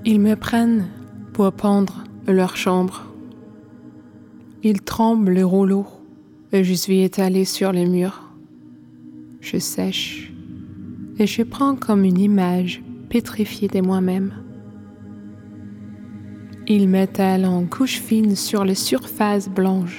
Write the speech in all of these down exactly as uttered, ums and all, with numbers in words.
Ils me prennent pour peindre leur chambre. Ils tremblent les rouleaux et je suis étalée sur les murs. Je sèche et je prends comme une image pétrifiée de moi-même. Ils m'étalent en couches fines sur les surfaces blanches.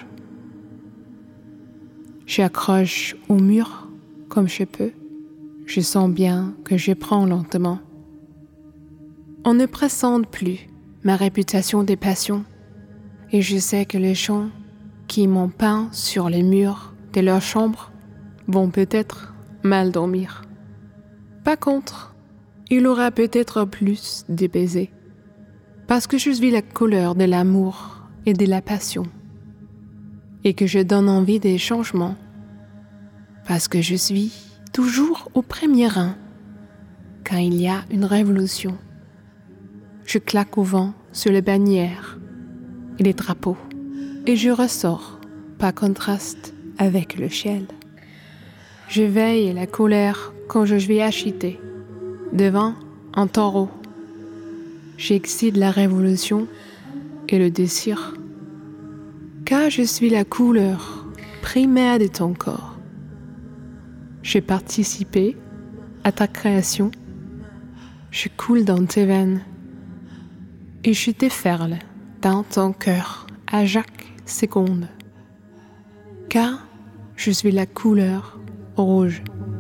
J'accroche au mur comme je peux. Je sens bien que je prends lentement. On ne présente plus ma réputation des passions et je sais que les gens qui m'ont peint sur les murs de leur chambre vont peut-être mal dormir. Par contre, il aura peut-être plus de baisers parce que je suis la couleur de l'amour et de la passion et que je donne envie des changements parce que je suis toujours au premier rang quand il y a une révolution. Je claque au vent sur les bannières et les drapeaux et je ressors par contraste avec le ciel. Je veille la colère quand je vais acheter devant un taureau. J'excite la révolution et le désir, car je suis la couleur primaire de ton corps. J'ai participé à ta création, je coule dans tes veines et je déferle dans ton cœur à chaque seconde, car je suis la couleur rouge.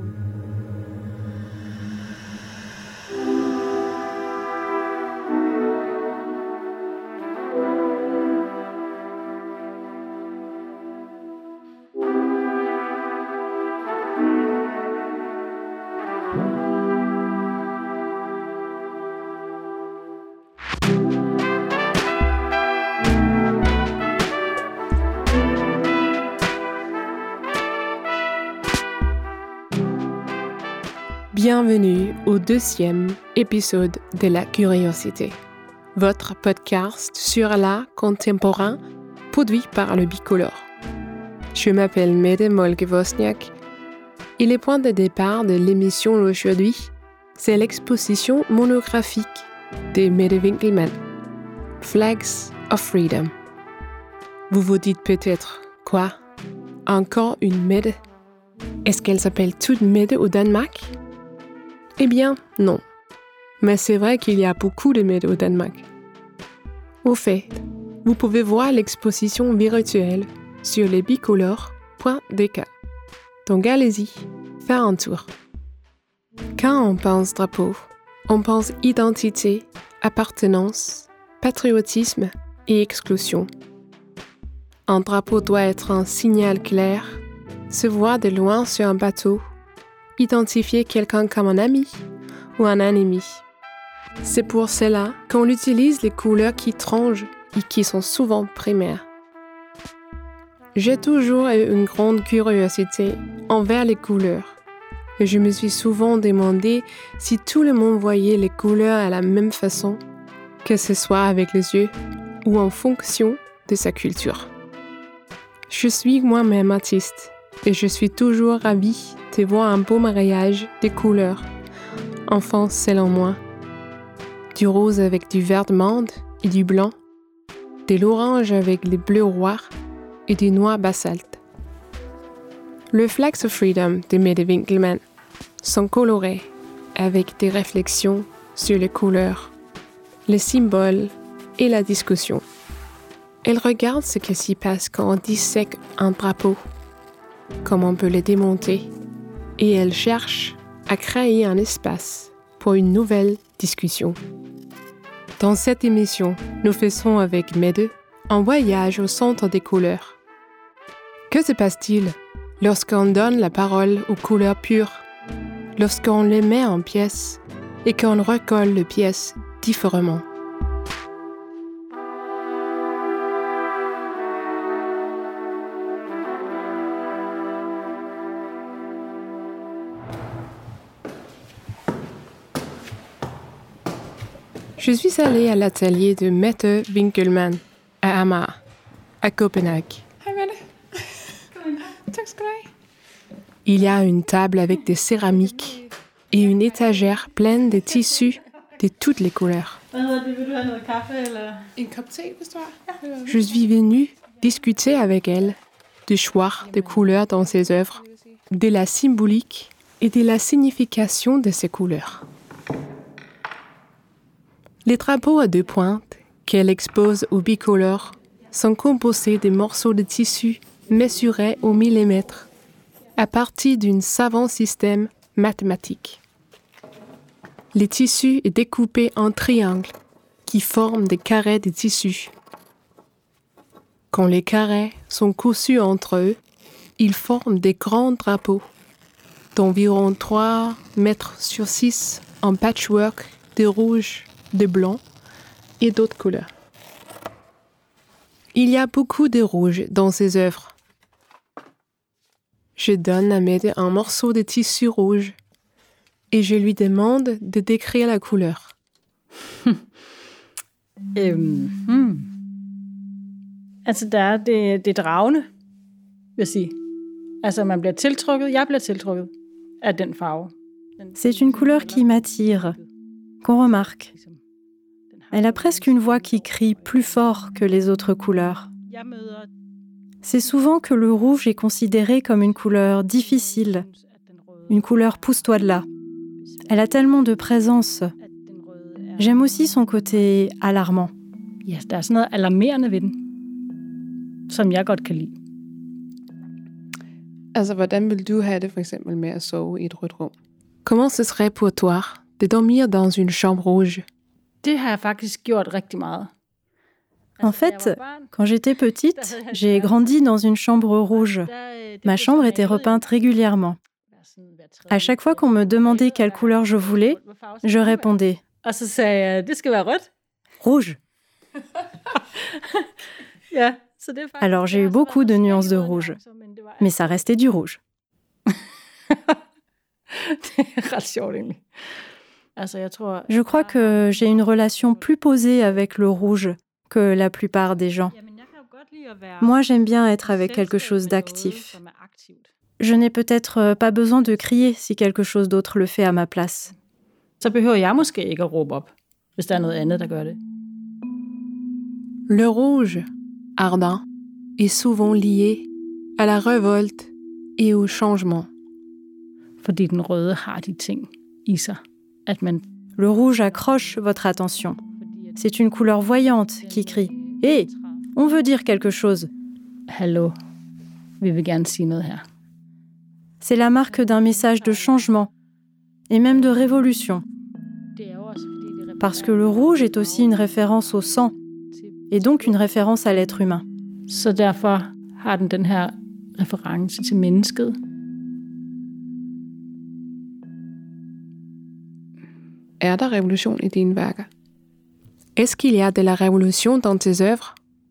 Bienvenue au deuxième épisode de La Curiosité, votre podcast sur l'art contemporain produit par le Bicolore. Je m'appelle Mette Molke-Wozniak et le point de départ de l'émission aujourd'hui, c'est l'exposition monographique de Mette Winkelmann, Flags of Freedom. Vous vous dites peut-être, quoi? Encore une Mette? Est-ce qu'elle s'appelle toute Mette au Danemark? Eh bien, non. Mais c'est vrai qu'il y a beaucoup de Mette au Danemark. Au fait, vous pouvez voir l'exposition virtuelle sur le bicolore point d k. Donc allez-y, faire un tour. Quand on pense drapeau, on pense identité, appartenance, patriotisme et exclusion. Un drapeau doit être un signal clair, se voir de loin sur un bateau, identifier quelqu'un comme un ami ou un ennemi. C'est pour cela qu'on utilise les couleurs qui tranchent et qui sont souvent primaires. J'ai toujours eu une grande curiosité envers les couleurs et je me suis souvent demandé si tout le monde voyait les couleurs à la même façon, que ce soit avec les yeux ou en fonction de sa culture. Je suis moi-même artiste et je suis toujours ravie de voir un beau mariage des couleurs, enfin selon moi. Du rose avec du vert d'amande et du blanc, de l'orange avec les bleus roirs et du noir basalte. Le Flags of Freedom de Mette Winkelmann sont colorés avec des réflexions sur les couleurs, les symboles et la discussion. Elle regarde ce qui s'y passe quand on dissèque un drapeau, comment on peut le démonter, et elle cherche à créer un espace pour une nouvelle discussion. Dans cette émission, nous faisons avec Mette un voyage au centre des couleurs. Que se passe-t-il lorsqu'on donne la parole aux couleurs pures, lorsqu'on les met en pièces et qu'on recolle les pièces différemment? Je suis allée à l'atelier de Mette Winkelmann à Amager, à Copenhague. Hej Mette. Tak skal du have. Il y a une table avec des céramiques et une étagère pleine de tissus de toutes les couleurs. En kop te, hvis du har. Je suis venue discuter avec elle du choix de couleurs dans ses œuvres, de la symbolique et de la signification de ces couleurs. Les drapeaux à deux pointes qu'elle expose au bicolore sont composés de morceaux de tissu mesurés au millimètre à partir d'un savant système mathématique. Le tissu est découpé en triangles qui forment des carrés de tissu. Quand les carrés sont cousus entre eux, ils forment des grands drapeaux d'environ trois mètres sur six en patchwork de rouge, de blanc et d'autres couleurs. Il y a beaucoup de rouge dans ses œuvres. Je donne à Mette un morceau de tissu rouge et je lui demande de décrire la couleur. øhm, hmm. Altså, der er det, det er dragende, vil jeg sige. Altså, man bliver tiltrukket, jeg bliver tiltrukket af den farve. C'est une couleur qui m'attire, qu'on remarque. Elle a presque une voix qui crie plus fort que les autres couleurs. C'est souvent que le rouge est considéré comme une couleur difficile, une couleur pousse-toi de là. Elle a tellement de présence. J'aime aussi son côté alarmant. Ja, der er sådan noget alarmerende ved den, som jeg godt kan lide. Altså, hvordan vil du have det for eksempel med at sove i et rødt rum? Comment ce serait pour toi de dormir dans une chambre rouge? Det har jeg faktisk gjort rigtig meget. En fait, quand j'étais petite, j'ai grandi dans une chambre rouge. Ma chambre était repeinte régulièrement. À chaque fois qu'on me demandait quelle couleur je voulais, je répondais Og så sagde jeg, det skal være rødt. rouge. Ja, så det er faktisk... Alors j'ai eu beaucoup de nuances de rouge, mais ça restait du rouge. Det er ret sjovt egentlig. Altså, jeg tror... Je crois que j'ai une relation plus posée avec le rouge que la plupart des gens. Moi, j'aime bien être avec quelque chose d'actif. Je n'ai peut-être pas besoin de crier si quelque chose d'autre le fait à ma place. Så behøver jeg måske ikke at råbe op, hvis der er noget andet, der gør det. Le rouge, ardent, est souvent lié à la révolte et au changement. Fordi den røde har de ting i sig, at man... Le rouge accroche votre attention. C'est une couleur voyante qui crie « Hé, on veut dire quelque chose !» Hallo, vi vil gerne sige noget her. C'est la marque d'un message de changement et même de révolution. Parce que le rouge est aussi une référence au sang et donc une référence à l'être humain. Så derfor har den den her reference til mennesket. Er der revolution i dine værker? Est-ce qu'il y a de la révolution dans tes œuvres?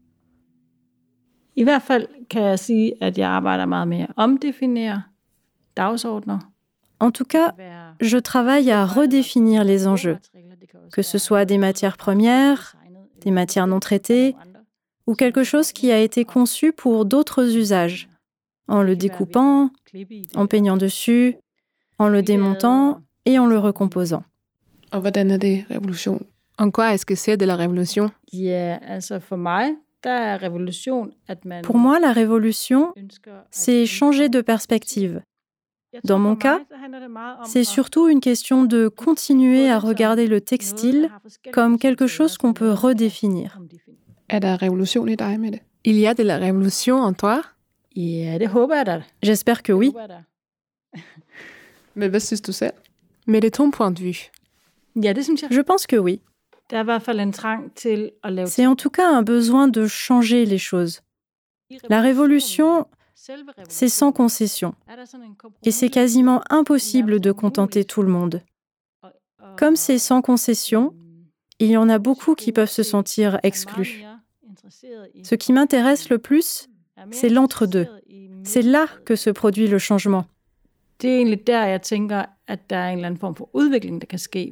I hvert fald kan jeg sige, at jeg arbejder meget med at omdefinere dagsordner. En tout cas, je travaille à redéfinir les enjeux, que ce soit des matières premières, des matières non traitées, ou quelque chose qui a été conçu pour d'autres usages, en le découpant, en peignant dessus, en le démontant et en le recomposant. Og hvordan er det revolution? En quoi est-ce que c'est de la révolution? Ja, altså for mig, der er revolution, at man... Pour moi, la révolution, c'est changer de perspective. Dans mon cas, c'est surtout une question de continuer à regarder le textile comme quelque chose qu'on peut redéfinir. Er der revolution i dig med det? Il y a de la révolution en toi? Ja, det håber jeg da. J'espère que oui. Men hvad synes du selv? Mais de ton point de vue? Ja, det synes jeg. Je pense que oui. Der er i hvert fald en trang til at lave... C'est en tout cas un besoin de changer les choses. La révolution, c'est sans concession. Et c'est quasiment impossible de contenter tout le monde. Comme c'est sans concession, il y en a beaucoup qui peuvent se sentir exclus. Ce qui m'intéresse le plus, c'est l'entre-deux. C'est là que se produit le changement. Det er egentlig der, jeg tænker, at der er en eller anden form for udvikling, der kan ske.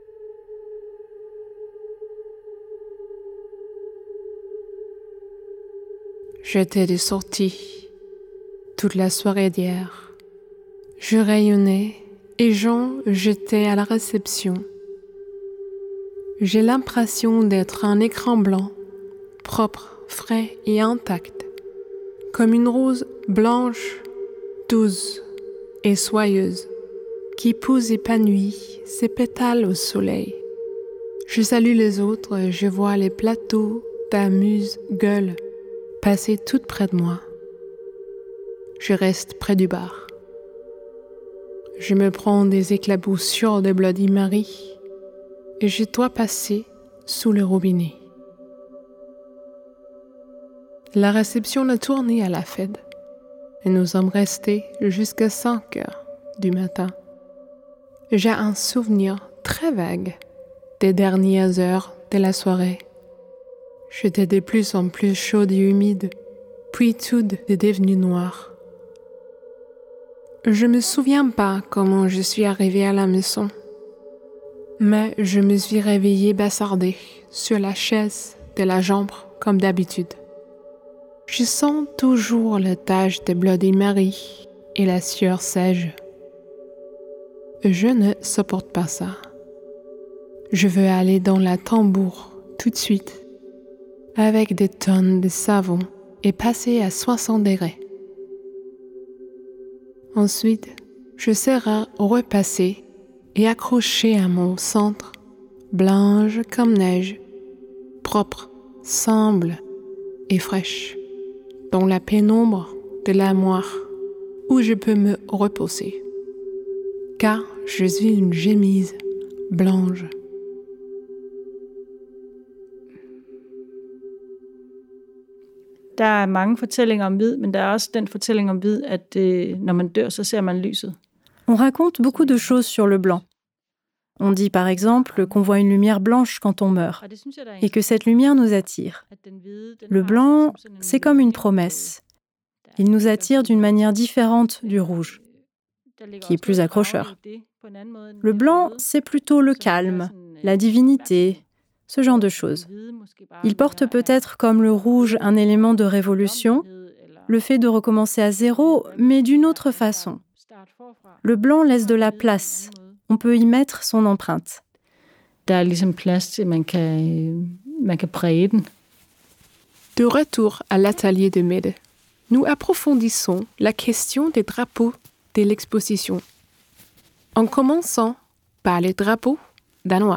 J'étais de sortie toute la soirée d'hier. Je rayonnais et Jean j'étais à la réception. J'ai l'impression d'être un écran blanc, propre, frais et intact, comme une rose blanche, douce et soyeuse, qui pousse épanouie ses pétales au soleil. Je salue les autres et je vois les plateaux d'amuse-gueule passer tout près de moi. Je reste près du bar. Je me prends des éclaboussures de Bloody Mary et je dois passer sous le robinet. La réception a tourné à la Fed et nous sommes restés jusqu'à cinq heures du matin. J'ai un souvenir très vague des dernières heures de la soirée. J'étais de plus en plus chaude et humide, puis tout est devenu noir. Je me souviens pas comment je suis arrivée à la maison, mais je me suis réveillée bâtardée sur la chaise de la chambre comme d'habitude. Je sens toujours la tache de Bloody Mary et la sueur sèche. Je ne supporte pas ça. Je veux aller dans la tambour tout de suite, avec des tonnes de savon et passer à soixante degrés. Ensuite, je serai repassée et accrochée à mon centre, blanche comme neige, propre, simple et fraîche, dans la pénombre de l'armoire où je peux me reposer, car je suis une chemise blanche. Der er mange fortællinger om hvid, men der er også den fortælling om hvid, at øh, når man dør, så ser man lyset. On raconte beaucoup de choses sur le blanc. On dit par exemple qu'on voit une lumière blanche quand on meurt, et que cette lumière nous attire. Le blanc, c'est comme une promesse. Il nous attire d'une manière différente du rouge, qui est plus accrocheur. Le blanc, c'est plutôt le calme, la divinité, ce genre de choses. Il porte peut-être comme le rouge un élément de révolution, le fait de recommencer à zéro, mais d'une autre façon. Le blanc laisse de la place. On peut y mettre son empreinte. Der er ligesom plads til, at man kan, man kan præge den. De retour à l'atelier de Mette, nous approfondissons la question des drapeaux de l'exposition, en commençant par les drapeaux danois.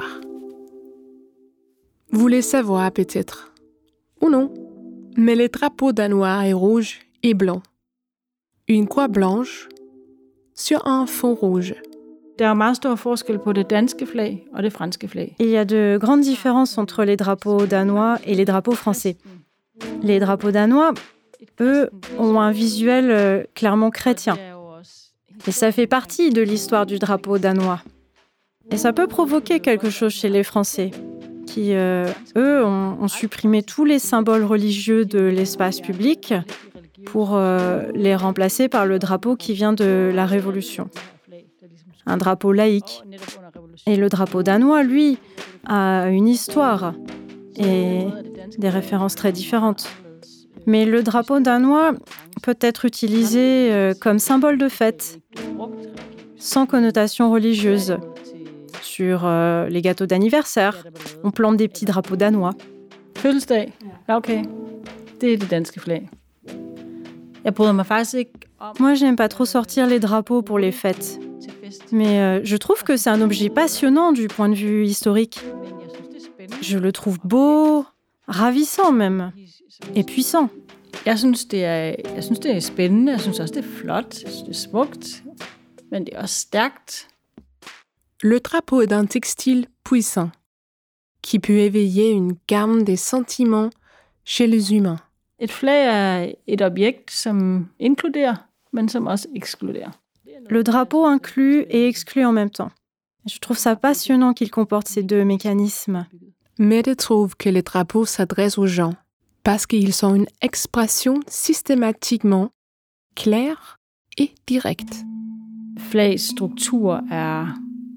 Vous les savez peut-être, ou non, mais les drapeaux danois est rouge et blanc. Une croix blanche sur un fond rouge. Der er meget stor forskel på det danske flag og det franske flag. Il y a de grandes différences entre les drapeaux danois et les drapeaux français. Les drapeaux danois, eux, ont un visuel clairement chrétien. Et ça fait partie de l'histoire du drapeau danois. Et ça peut provoquer quelque chose chez les Français, qui, euh, eux, ont, ont supprimé tous les symboles religieux de l'espace public pour euh, les remplacer par le drapeau qui vient de la Révolution. Un drapeau laïque. Et le drapeau danois, lui, a une histoire et des références très différentes. Mais le drapeau danois peut être utilisé euh, comme symbole de fête, sans connotation religieuse. Sur euh, les gâteaux d'anniversaire, on plante des petits drapeaux danois. Fødselsdag? Ja, okay. Det er det danske flag. Jeg bryder mig faktisk ikke om... Moi, j'aime pas trop sortir les drapeaux pour les fêtes. Mais euh, je trouve que c'est un objet passionnant du point de vue historique. Je le trouve beau, ravissant même, et puissant. Jeg synes, det er, jeg synes, det er spændende. Jeg synes også, det er flot. Jeg synes, det er smukt. Men det er også stærkt. Le drapeau est d'un textile puissant, qui peut éveiller une gamme de sentiments chez les humains. Et flag er et objekt, som inkluderer, men som også ekskluderer. Le drapeau inclut et exclut en même temps. Je trouve ça passionnant qu'il comporte ces deux mécanismes. Mette trouve que les drapeaux s'adressent aux gens parce qu'ils sont une expression systématiquement claire et directe. Flags struktur er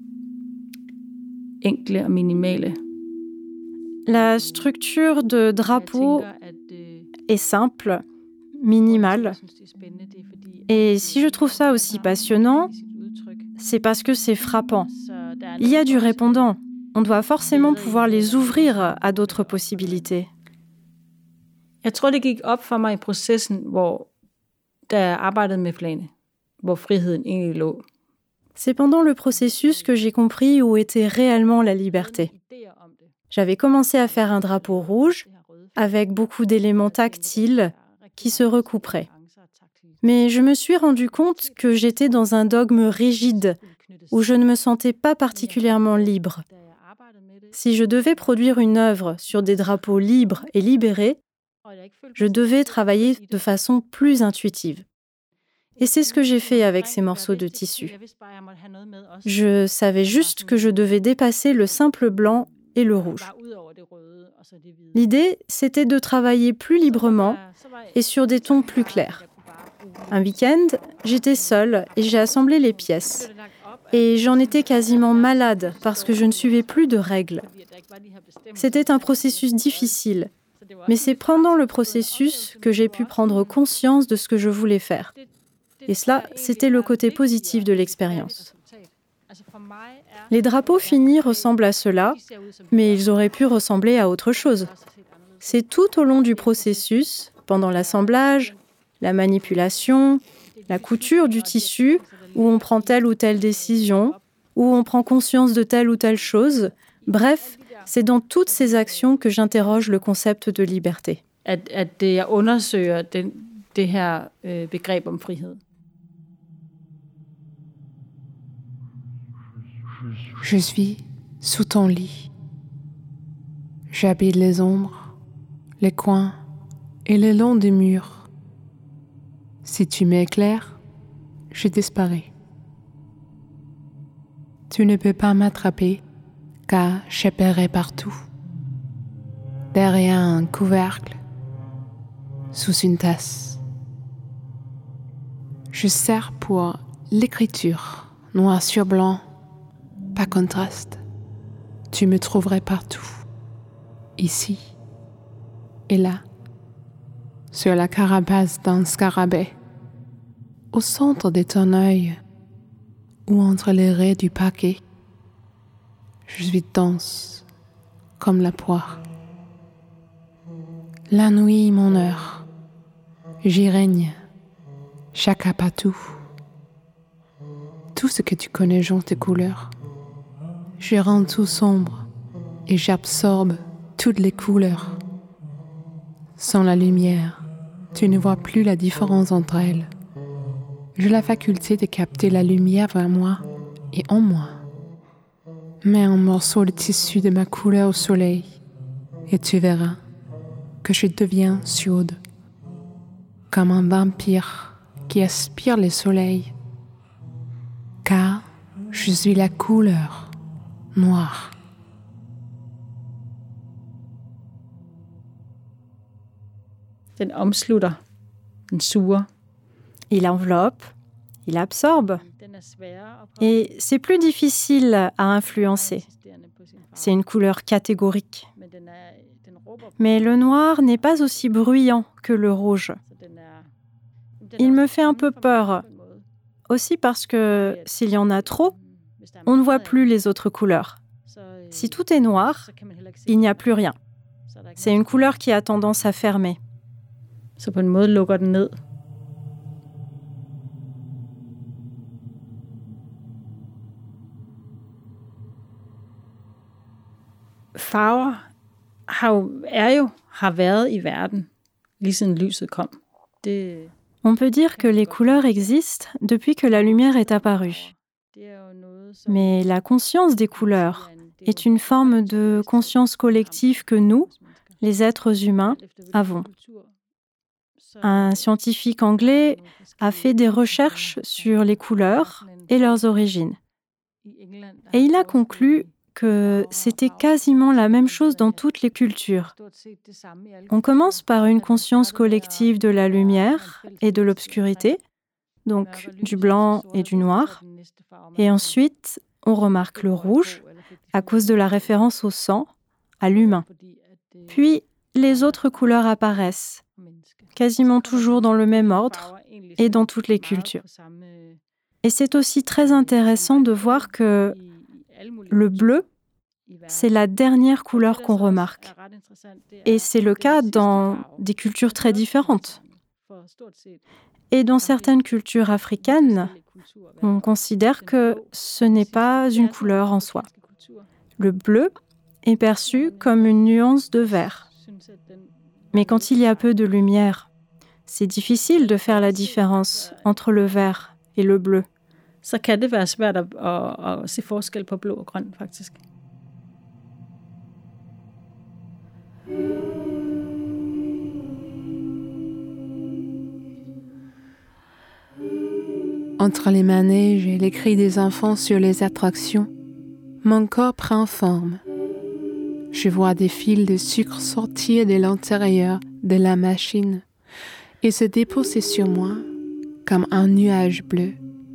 enkle og minimale. La structure de drapeau est simple, minimale. Et si je trouve ça aussi passionnant, c'est parce que c'est frappant. Il y a du répondant. On doit forcément pouvoir les ouvrir à d'autres possibilités. Jeg tror, det gik op for mig i processen, hvor da jeg arbejdede med flagene, hvor friheden egentlig lå. C'est pendant le processus que j'ai compris où était réellement la liberté. J'avais commencé à faire un drapeau rouge avec beaucoup d'éléments tactiles qui se recouperaient. Mais je me suis rendu compte que j'étais dans un dogme rigide où je ne me sentais pas particulièrement libre. Si je devais produire une œuvre sur des drapeaux libres et libérés, je devais travailler de façon plus intuitive. Et c'est ce que j'ai fait avec ces morceaux de tissu. Je savais juste que je devais dépasser le simple blanc et le rouge. L'idée, c'était de travailler plus librement et sur des tons plus clairs. Un week-end, j'étais seule et j'ai assemblé les pièces. Et j'en étais quasiment malade parce que je ne suivais plus de règles. C'était un processus difficile, mais c'est pendant le processus que j'ai pu prendre conscience de ce que je voulais faire. Et cela, c'était le côté positif de l'expérience. Les drapeaux finis ressemblent à cela, mais ils auraient pu ressembler à autre chose. C'est tout au long du processus, pendant l'assemblage, la manipulation, la couture du tissu, où on prend telle ou telle décision, où on prend conscience de telle ou telle chose. Bref, c'est dans toutes ces actions que j'interroge le concept de liberté. At, at det, jeg undersøger den, det her øh, begreb om frihed. Je suis sous ton lit. J'habite les ombres, les coins et le long des murs. Si tu m'éclaires, je disparais. Tu ne peux pas m'attraper, car j'éparais partout. Derrière un couvercle, sous une tasse. Je sers pour l'écriture, noir sur blanc, pas contraste. Tu me trouverais partout, ici et là, sur la carapace d'un scarabée, au centre de ton œil ou entre les raies du paquet. Je suis dense comme la poire. La nuit, mon heure, j'y règne, chacun partout. Tout ce que tu connais jonge tes couleurs. Je rends tout sombre et j'absorbe toutes les couleurs. Sans la lumière, tu ne vois plus la différence entre elles. J'ai la faculté de capter la lumière vers moi et en moi. Mets un morceau de tissu de ma couleur au soleil et tu verras que je deviens chaude, comme un vampire qui aspire le soleil, car je suis la couleur noire. Den omslutter, den suger. Il enveloppe, il absorbe. Et c'est plus difficile à influencer. C'est une couleur catégorique. Mais le noir n'est pas aussi bruyant que le rouge. Il me fait un peu peur. Aussi parce que s'il y en a trop, on ne voit plus les autres couleurs. Si tout est noir, il n'y a plus rien. C'est une couleur qui a tendance à fermer. Så på en måde lukker den ned. Farver har jo, er jo, har været i verden, lige siden lyset kom. Det, On peut dire que les couleurs existent depuis que la lumière est apparue. Mais la conscience des couleurs est une forme de conscience collective que nous, les êtres humains, avons. Un scientifique anglais a fait des recherches sur les couleurs et leurs origines. Et il a conclu que c'était quasiment la même chose dans toutes les cultures. On commence par une conscience collective de la lumière et de l'obscurité, donc du blanc et du noir. Et ensuite, on remarque le rouge à cause de la référence au sang, à l'humain. Puis, les autres couleurs apparaissent, quasiment toujours dans le même ordre et dans toutes les cultures. Et c'est aussi très intéressant de voir que le bleu c'est la dernière couleur qu'on remarque. Et c'est le cas dans des cultures très différentes. Et dans certaines cultures africaines, on considère que ce n'est pas une couleur en soi. Le bleu est perçu comme une nuance de vert. Mais quand il y a peu de lumière, c'est difficile de faire la différence entre le vert et le bleu. Så kan det være svært at, at, at se forskel på blå og grøn, faktisk. Entre les manèges et les cris des enfants sur les attractions, mon corps prend forme. Je vois des fils de sucre sortir de l'intérieur de la machine et se déposer sur moi comme un nuage bleu.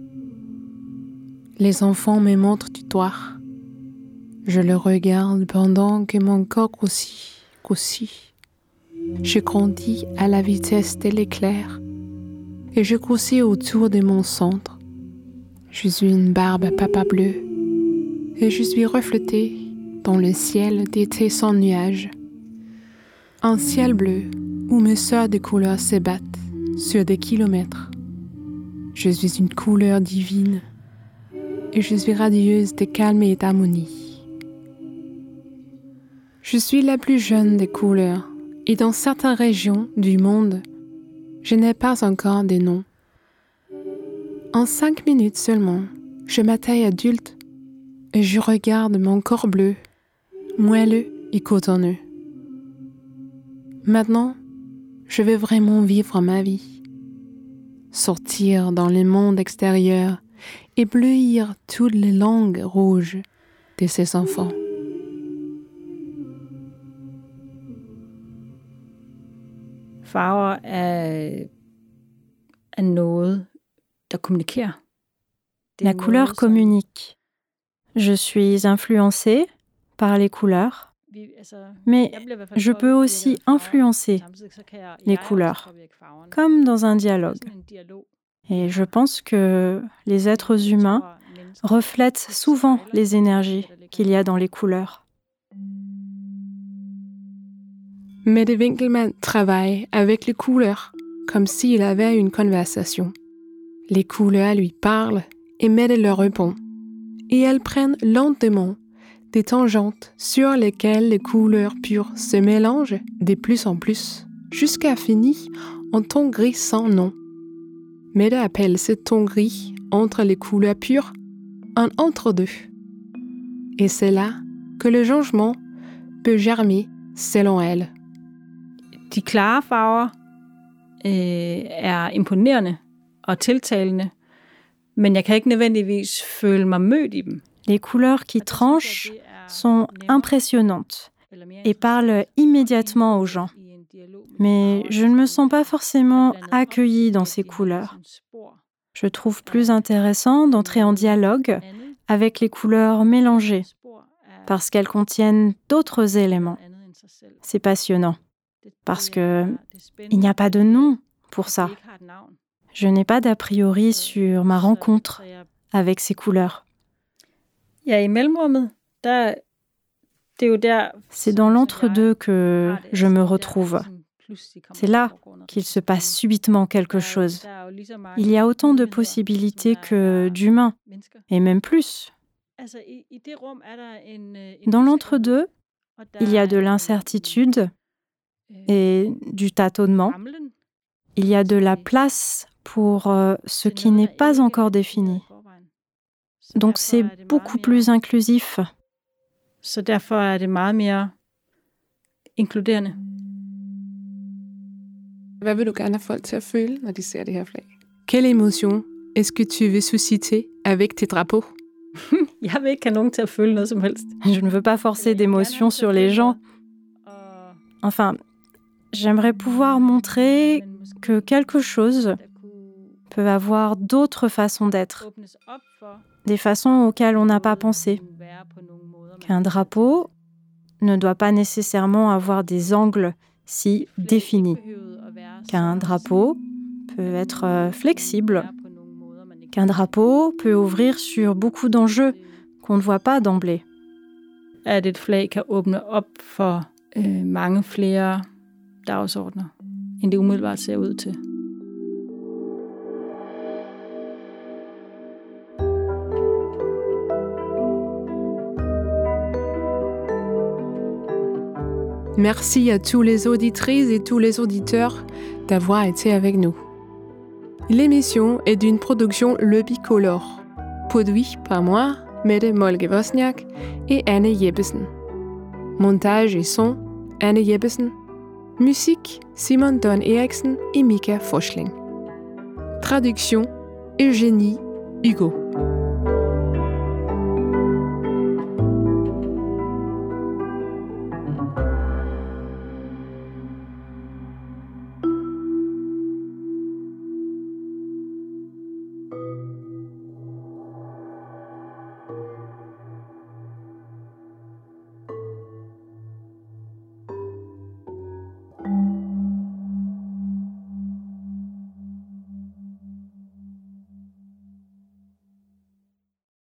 Les enfants me montrent du doigt. Je le regarde pendant que mon corps grossit, grossit. Je grandis à la vitesse de l'éclair et je grossis autour de mon centre. Je suis une barbe à papa bleu et je suis reflétée dans le ciel d'été sans nuages. Un ciel bleu où mes sœurs de couleurs se battent sur des kilomètres. Je suis une couleur divine et je suis radieuse de calme et d'harmonie. Je suis la plus jeune des couleurs et dans certaines régions du monde, je n'ai pas encore de nom. En cinq minutes seulement, je m'attaille adulte et je regarde mon corps bleu, moelleux et cotonneux. Maintenant, je vais vraiment vivre ma vie. Sortir dans le monde extérieur et bleuir toutes les langues rouges de ses enfants. Farver er, er noget, der kommunikerer. La couleur communique. Je suis influencée par les couleurs, mais je peux aussi influencer les couleurs, comme dans un dialogue. Et je pense que les êtres humains reflètent souvent les énergies qu'il y a dans les couleurs. Mette Winkelmann travaille avec les couleurs, comme s'il avait une conversation. Les couleurs lui parlent et Mette leur répond. Et elles prennent lentement des tangentes sur lesquelles les couleurs pures se mélangent de plus en plus, jusqu'à finir en ton gris sans nom. Mette appelle ce ton gris entre les couleurs pures un entre-deux. Et c'est là que le changement peut germer selon elle. De klare farver øh, er imponerende og tiltalende, men jeg kan ikke nødvendigvis føle mig mødt i dem. Les couleurs qui tranchent sont impressionnantes et parlent immédiatement aux gens. Mais je ne me sens pas forcément accueillie dans ces couleurs. Je trouve plus intéressant d'entrer en dialogue avec les couleurs mélangées, parce qu'elles contiennent d'autres éléments. C'est passionnant, parce qu'il n'y a pas de nom pour ça. Je n'ai pas d'a priori sur ma rencontre avec ces couleurs. C'est dans l'entre-deux que je me retrouve. C'est là qu'il se passe subitement quelque chose. Il y a autant de possibilités que d'humains, et même plus. Dans l'entre-deux, il y a de l'incertitude et du tâtonnement. Il y a de la place pour euh, ce qui n'est pas encore défini. Donc c'est beaucoup plus inclusif. Så derfor er det meget mere inkluderende. Hvad vil du gerne have folk til at føle, når de ser det her flag? Quelle émotion est-ce que tu veux susciter avec tes drapeaux? Jeg vil ikke have nogen til at føle noget som helst. Je ne veux pas forcer d'émotions sur les gens. Enfin, j'aimerais pouvoir montrer que quelque chose peut avoir d'autres façons d'être, des façons auxquelles on n'a pas pensé. Qu'un drapeau ne doit pas nécessairement avoir des angles si définis. Qu'un drapeau peut être flexible. Qu'un drapeau peut ouvrir sur beaucoup d'enjeux qu'on ne voit pas d'emblée. at et flag kan åbne op for øh, mange flere dagsordner, end det umiddelbart ser ud til. Merci à tous les auditrices et tous les auditeurs d'avoir été avec nous. L'émission est d'une production Le Bicolore, produit par moi, Mette Molge-Vosniak et Anne Jeppesen. Montage et son, Anne Jeppesen. Musique, Simon Don Eriksen et Mika Forschling. Traduction, Eugénie Hugo.